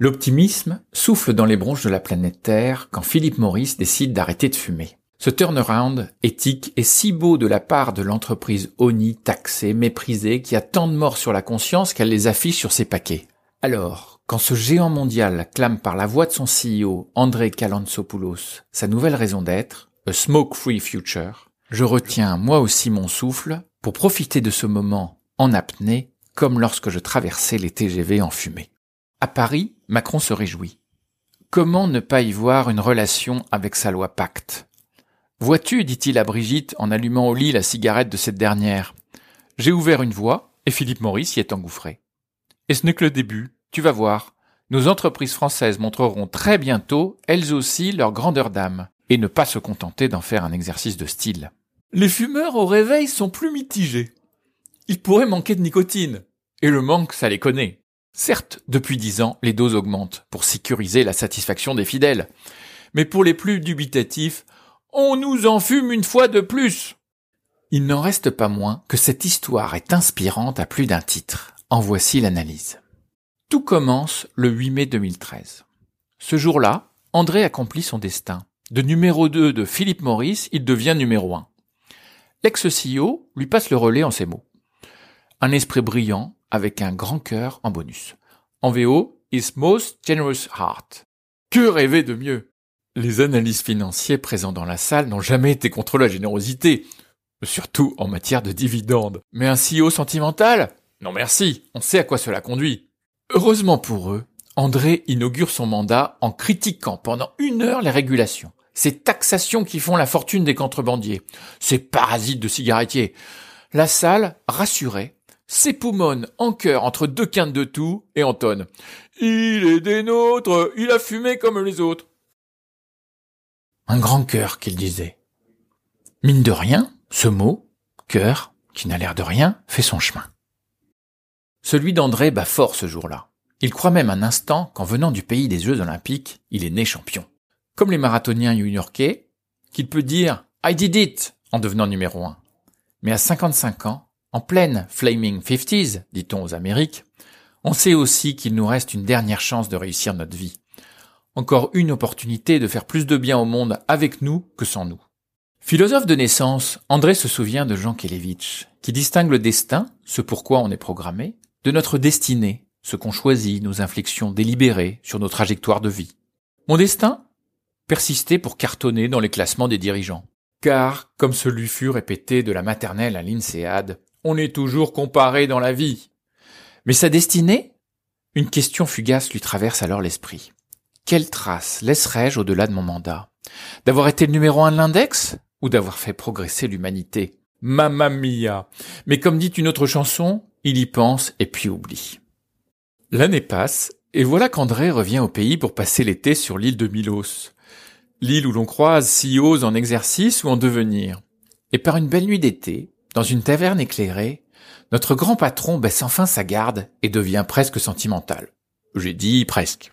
L'optimisme souffle dans les bronches de la planète Terre quand Philip Morris décide d'arrêter de fumer. Ce turnaround éthique est si beau de la part de l'entreprise Oni, taxée, méprisée, qui a tant de morts sur la conscience qu'elle les affiche sur ses paquets. Alors, quand ce géant mondial clame par la voix de son CEO, André Calantzopoulos, sa nouvelle raison d'être, A Smoke-Free Future, je retiens moi aussi mon souffle pour profiter de ce moment en apnée, comme lorsque je traversais les TGV en fumée. À Paris, Macron se réjouit. Comment ne pas y voir une relation avec sa loi Pacte ? Vois-tu, dit-il à Brigitte en allumant au lit la cigarette de cette dernière. J'ai ouvert une voie et Philip Morris y est engouffré. Et ce n'est que le début, tu vas voir. Nos entreprises françaises montreront très bientôt, elles aussi, leur grandeur d'âme, et ne pas se contenter d'en faire un exercice de style. Les fumeurs au réveil sont plus mitigés. Ils pourraient manquer de nicotine. Et le manque, ça les connaît. Certes, depuis 10 ans, les doses augmentent pour sécuriser la satisfaction des fidèles. Mais pour les plus dubitatifs, on nous en fume une fois de plus. Il n'en reste pas moins que cette histoire est inspirante à plus d'un titre. En voici l'analyse. Tout commence le 8 mai 2013. Ce jour-là, André accomplit son destin. De numéro 2 de Philip Morris, il devient numéro 1. L'ex-CEO lui passe le relais en ces mots. Un esprit brillant avec un grand cœur en bonus. En VO, His Most Generous Heart. Que rêver de mieux ? Les analystes financiers présents dans la salle n'ont jamais été contre la générosité, surtout en matière de dividendes. Mais un CEO sentimental ? Non merci, on sait à quoi cela conduit. Heureusement pour eux, André inaugure son mandat en critiquant pendant 1 heure les régulations. Ces taxations qui font la fortune des contrebandiers. Ces parasites de cigarettiers. La salle, rassurée, s'époumonne en chœur entre 2 quintes de tout et entonne. Il est des nôtres, il a fumé comme les autres. Un grand cœur, qu'il disait. Mine de rien, ce mot, cœur, qui n'a l'air de rien, fait son chemin. Celui d'André bat fort ce jour-là. Il croit même un instant qu'en venant du pays des Jeux Olympiques, il est né champion. Comme les marathoniens new-yorkais, qu'il peut dire « I did it » en devenant numéro 1. Mais à 55 ans, en pleine Flaming 50s, dit-on aux Amériques, on sait aussi qu'il nous reste une dernière chance de réussir notre vie. Encore une opportunité de faire plus de bien au monde avec nous que sans nous. Philosophe de naissance, André se souvient de Jean Kelevitch, qui distingue le destin, ce pourquoi on est programmé, de notre destinée, ce qu'on choisit, nos inflexions délibérées sur nos trajectoires de vie. Mon destin ? Persister pour cartonner dans les classements des dirigeants. Car, comme ce lui fut répété de la maternelle à l'INSEAD, on est toujours comparé dans la vie. Mais sa destinée ? Une question fugace lui traverse alors l'esprit. Quelle trace laisserai-je au-delà de mon mandat ? D'avoir été le numéro 1 de l'index ? Ou d'avoir fait progresser l'humanité ? Mamma mia ! Mais comme dit une autre chanson, il y pense et puis oublie. L'année passe, et voilà qu'André revient au pays pour passer l'été sur l'île de Milos. L'île où l'on croise CEOs en exercice ou en devenir. Et par une belle nuit d'été, dans une taverne éclairée, notre grand patron baisse enfin sa garde et devient presque sentimental. J'ai dit presque.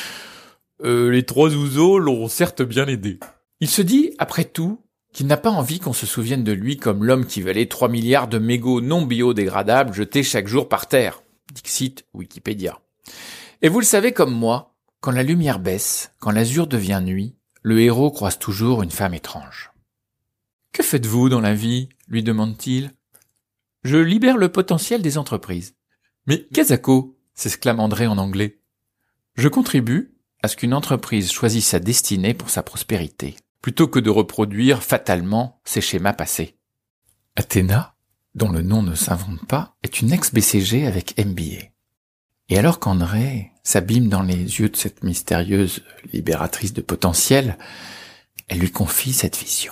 Les 3 ouzos l'ont certes bien aidé. Il se dit, après tout, qu'il n'a pas envie qu'on se souvienne de lui comme l'homme qui valait 3 milliards de mégots non biodégradables jetés chaque jour par terre. Dixit Wikipédia. Et vous le savez comme moi, quand la lumière baisse, quand l'azur devient nuit, le héros croise toujours une femme étrange. « Que faites-vous dans la vie ?» lui demande-t-il. « Je libère le potentiel des entreprises. »« Mais qu'est-ce que ?» s'exclame André en anglais. « Je contribue à ce qu'une entreprise choisisse sa destinée pour sa prospérité, plutôt que de reproduire fatalement ses schémas passés. » Athéna, dont le nom ne s'invente pas, est une ex-BCG avec MBA. Et alors qu'André s'abîme dans les yeux de cette mystérieuse libératrice de potentiel, elle lui confie cette vision.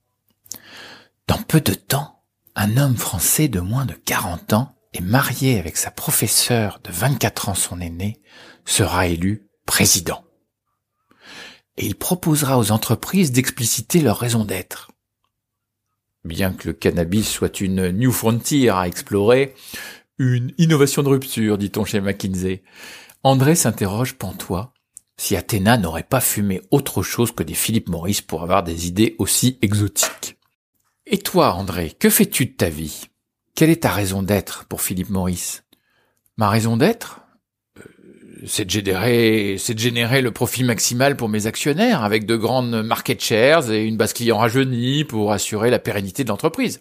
Dans peu de temps, un homme français de moins de 40 ans et marié avec sa professeure de 24 ans son aîné sera élu président. Et il proposera aux entreprises d'expliciter leur raison d'être. Bien que le cannabis soit une new frontier à explorer, une innovation de rupture, dit-on chez McKinsey, André s'interroge pantois si Athéna n'aurait pas fumé autre chose que des Philip Morris pour avoir des idées aussi exotiques. Et toi, André, que fais-tu de ta vie ? Quelle est ta raison d'être pour Philip Morris ? Ma raison d'être ? c'est de générer le profit maximal pour mes actionnaires avec de grandes market shares et une base client rajeunie pour assurer la pérennité de l'entreprise.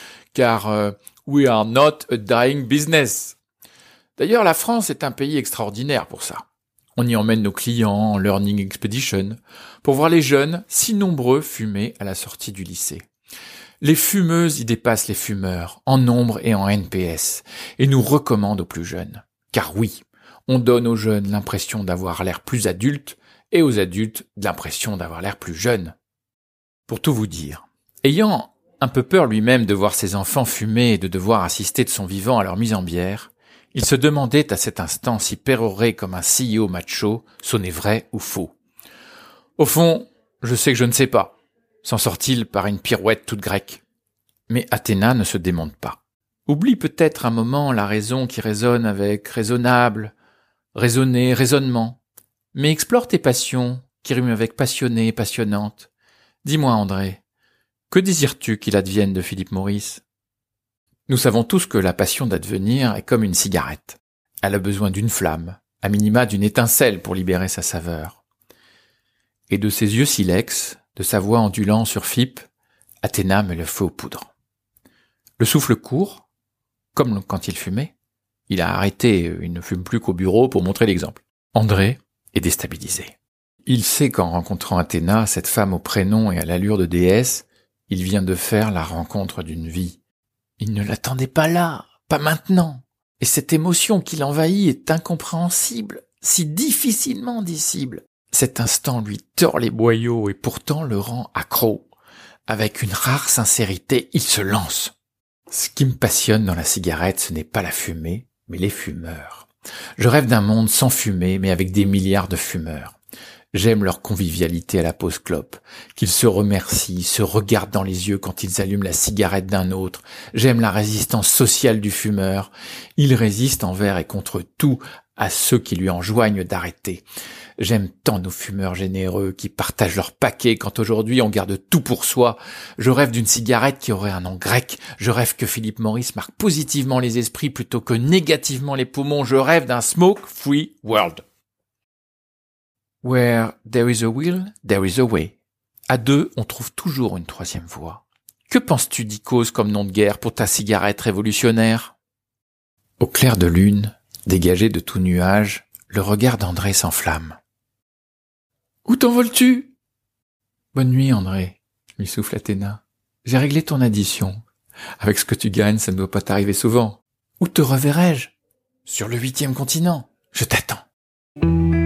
Car we are not a dying business. D'ailleurs, la France est un pays extraordinaire pour ça. On y emmène nos clients en Learning Expedition pour voir les jeunes, si nombreux, fumer à la sortie du lycée. Les fumeuses y dépassent les fumeurs, en nombre et en NPS, et nous recommandent aux plus jeunes. Car oui, on donne aux jeunes l'impression d'avoir l'air plus adultes, et aux adultes l'impression d'avoir l'air plus jeunes. Pour tout vous dire, ayant un peu peur lui-même de voir ses enfants fumer et de devoir assister de son vivant à leur mise en bière, il se demandait à cet instant si pérorer comme un CEO macho sonnait vrai ou faux. Au fond, je sais que je ne sais pas. S'en sort-il par une pirouette toute grecque? Mais Athéna ne se démonte pas. Oublie peut-être un moment la raison qui résonne avec raisonnable, raisonner, raisonnement. Mais explore tes passions qui riment avec passionné et passionnante. Dis-moi, André, que désires-tu qu'il advienne de Philip Morris? Nous savons tous que la passion d'advenir est comme une cigarette. Elle a besoin d'une flamme, à minima d'une étincelle pour libérer sa saveur. Et de ses yeux silex, de sa voix ondulant sur Phip, Athéna met le feu aux poudres. Le souffle court, comme quand il fumait. Il a arrêté, il ne fume plus qu'au bureau pour montrer l'exemple. André est déstabilisé. Il sait qu'en rencontrant Athéna, cette femme au prénom et à l'allure de déesse, il vient de faire la rencontre d'une vie. Il ne l'attendait pas là, pas maintenant. Et cette émotion qui l'envahit est incompréhensible, si difficilement dissible. Cet instant lui tord les boyaux et pourtant le rend accro. Avec une rare sincérité, il se lance. Ce qui me passionne dans la cigarette, ce n'est pas la fumée, mais les fumeurs. Je rêve d'un monde sans fumée, mais avec des milliards de fumeurs. J'aime leur convivialité à la pause clope, qu'ils se remercient, se regardent dans les yeux quand ils allument la cigarette d'un autre. J'aime la résistance sociale du fumeur. Il résiste envers et contre tout à ceux qui lui enjoignent d'arrêter. J'aime tant nos fumeurs généreux qui partagent leur paquet quand aujourd'hui on garde tout pour soi. Je rêve d'une cigarette qui aurait un nom grec. Je rêve que Philip Morris marque positivement les esprits plutôt que négativement les poumons. Je rêve d'un smoke-free world. Where there is a will, there is a way. À deux, on trouve toujours une troisième voie. Que penses-tu d'Icos comme nom de guerre pour ta cigarette révolutionnaire? Au clair de lune, dégagé de tout nuage, le regard d'André s'enflamme. Où t'envoles-tu? Bonne nuit, André, lui souffle Athéna. J'ai réglé ton addition. Avec ce que tu gagnes, ça ne doit pas t'arriver souvent. Où te reverrai-je? Sur le 8e continent. Je t'attends.